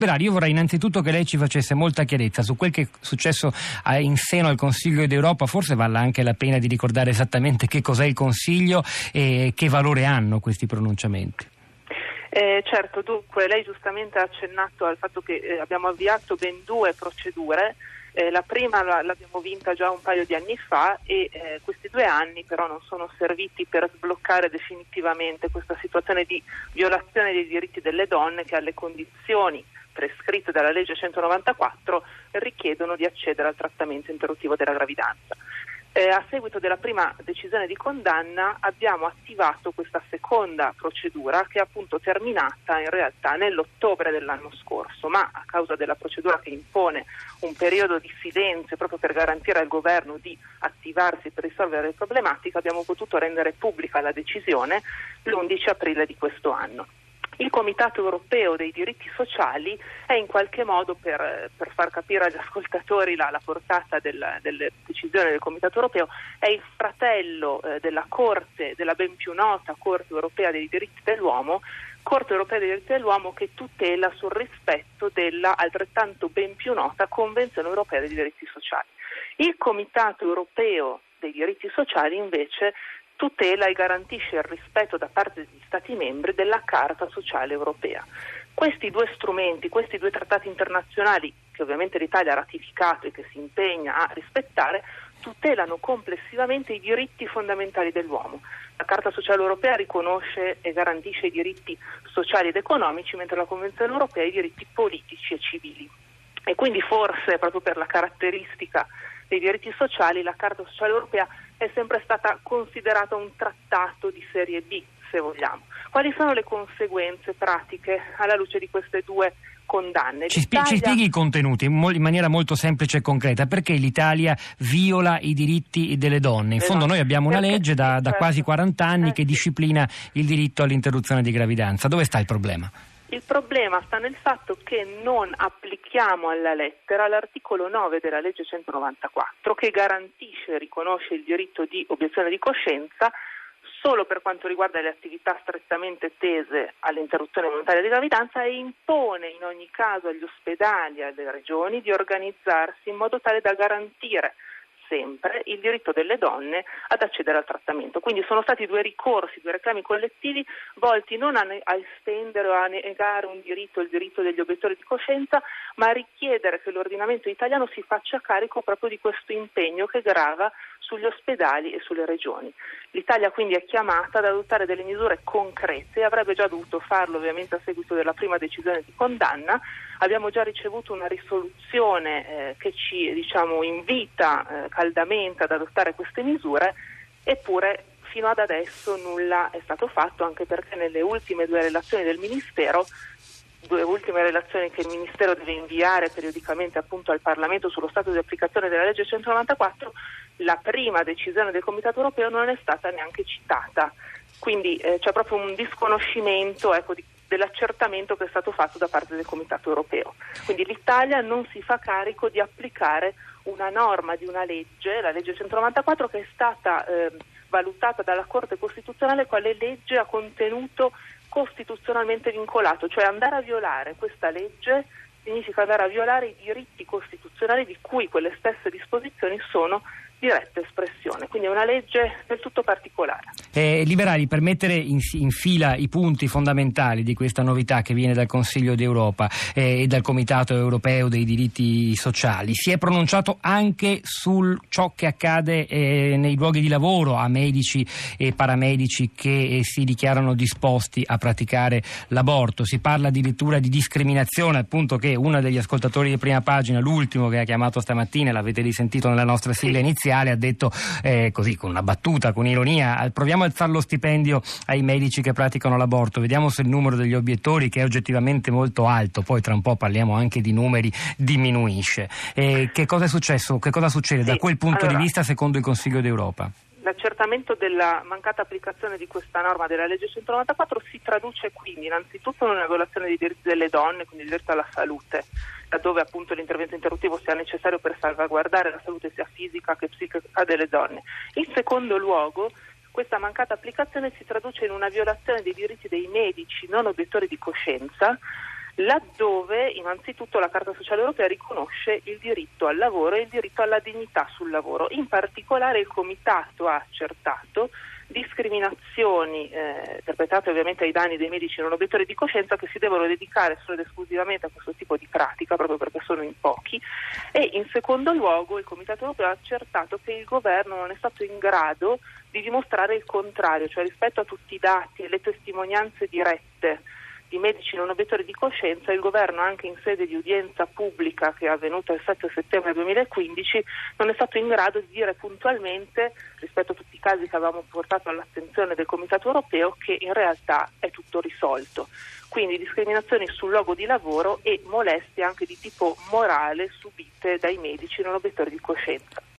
Berardi, io vorrei innanzitutto che lei ci facesse molta chiarezza su quel che è successo in seno al Consiglio d'Europa. Forse vale anche la pena di ricordare esattamente che cos'è il Consiglio e che valore hanno questi pronunciamenti. Certo, dunque lei giustamente ha accennato al fatto che abbiamo avviato ben 2 procedure. La prima l'abbiamo vinta già un paio di anni fa e questi 2 anni però non sono serviti per sbloccare definitivamente questa situazione di violazione dei diritti delle donne che alle condizioni prescritte dalla legge 194 richiedono di accedere al trattamento interruttivo della gravidanza. A seguito della prima decisione di condanna abbiamo attivato questa seconda procedura che è appunto terminata in realtà nell'ottobre dell'anno scorso, ma a causa della procedura che impone un periodo di silenzio proprio per garantire al governo di attivarsi per risolvere le problematiche abbiamo potuto rendere pubblica la decisione l'11 aprile di questo anno. Il Comitato Europeo dei Diritti Sociali è in qualche modo, per far capire agli ascoltatori la portata delle decisioni del Comitato Europeo, è il fratello della Corte, della ben più nota Corte Europea dei Diritti dell'Uomo, Corte Europea dei Diritti dell'Uomo che tutela sul rispetto della altrettanto ben più nota Convenzione Europea dei Diritti Sociali. Il Comitato Europeo dei Diritti Sociali invece tutela e garantisce il rispetto da parte degli Stati membri della Carta Sociale Europea. Questi 2 strumenti, questi 2 trattati internazionali, che ovviamente l'Italia ha ratificato e che si impegna a rispettare, tutelano complessivamente i diritti fondamentali dell'uomo. La Carta Sociale Europea riconosce e garantisce i diritti sociali ed economici, mentre la Convenzione Europea i diritti politici e civili. E quindi forse, proprio per la caratteristica dei diritti sociali, la Carta Sociale Europea è sempre stata considerata un trattato di serie B, se vogliamo. Quali sono le conseguenze pratiche alla luce di queste 2 condanne? Ci spieghi i contenuti in maniera molto semplice e concreta. Perché l'Italia viola i diritti delle donne? In fondo noi abbiamo una legge da quasi 40 anni che disciplina il diritto all'interruzione di gravidanza. Dove sta il problema? Il problema sta nel fatto che non applichiamo alla lettera l'articolo 9 della legge 194 che garantisce e riconosce il diritto di obiezione di coscienza solo per quanto riguarda le attività strettamente tese all'interruzione volontaria di gravidanza e impone in ogni caso agli ospedali e alle regioni di organizzarsi in modo tale da garantire sempre il diritto delle donne ad accedere al trattamento. Quindi sono stati 2 ricorsi, 2 reclami collettivi volti non a estendere o a negare un diritto, il diritto degli obiettori di coscienza, ma a richiedere che l'ordinamento italiano si faccia carico proprio di questo impegno che grava sugli ospedali e sulle regioni. L'Italia quindi è chiamata ad adottare delle misure concrete e avrebbe già dovuto farlo ovviamente a seguito della prima decisione di condanna. Abbiamo già ricevuto una risoluzione che ci invita caldamente ad adottare queste misure, eppure fino ad adesso nulla è stato fatto, anche perché nelle ultime 2 relazioni del Ministero, 2 ultime relazioni che il Ministero deve inviare periodicamente appunto al Parlamento sullo stato di applicazione della legge 194, la prima decisione del Comitato Europeo non è stata neanche citata. Quindi c'è proprio un disconoscimento dell'accertamento che è stato fatto da parte del Comitato Europeo. Quindi l'Italia non si fa carico di applicare una norma di una legge, la legge 194, che è stata valutata dalla Corte Costituzionale quale legge a contenuto costituzionalmente vincolato, cioè andare a violare questa legge significa andare a violare i diritti costituzionali di cui quelle stesse disposizioni sono diretta espressione, quindi è una legge del tutto particolare. Liberali, per mettere in fila i punti fondamentali di questa novità che viene dal Consiglio d'Europa e dal Comitato Europeo dei Diritti Sociali, si è pronunciato anche su ciò che accade nei luoghi di lavoro a medici e paramedici che si dichiarano disposti a praticare l'aborto. Si parla addirittura di discriminazione, appunto, che uno degli ascoltatori di prima pagina, l'ultimo che ha chiamato stamattina, l'avete risentito nella nostra sigla iniziale, ha detto così con una battuta, con ironia: proviamo a alzare lo stipendio ai medici che praticano l'aborto, vediamo se il numero degli obiettori, che è oggettivamente molto alto, poi tra un po' parliamo anche di numeri, diminuisce. Che cosa è successo? Che cosa succede da quel punto di vista secondo il Consiglio d'Europa? L'accertamento della mancata applicazione di questa norma della legge 194 si traduce quindi innanzitutto in una violazione dei diritti delle donne, quindi il diritto alla salute, laddove appunto l'intervento interruttivo sia necessario per salvaguardare la salute sia fisica che psichica delle donne. In secondo luogo, questa mancata applicazione si traduce in una violazione dei diritti dei medici non obiettori di coscienza, laddove innanzitutto la Carta Sociale Europea riconosce il diritto al lavoro e il diritto alla dignità sul lavoro. In particolare il Comitato ha accertato discriminazioni interpretate ovviamente ai danni dei medici non obiettori di coscienza, che si devono dedicare solo ed esclusivamente a questo tipo di pratica proprio perché sono in pochi, e in secondo luogo il Comitato Europeo ha accertato che il governo non è stato in grado di dimostrare il contrario, cioè rispetto a tutti i dati e le testimonianze dirette di medici non obiettori di coscienza, il governo anche in sede di udienza pubblica che è avvenuta il 7 settembre 2015 non è stato in grado di dire puntualmente, rispetto a tutti i casi che avevamo portato all'attenzione del Comitato Europeo, che in realtà è tutto risolto. Quindi discriminazioni sul luogo di lavoro e molestie anche di tipo morale subite dai medici non obiettori di coscienza.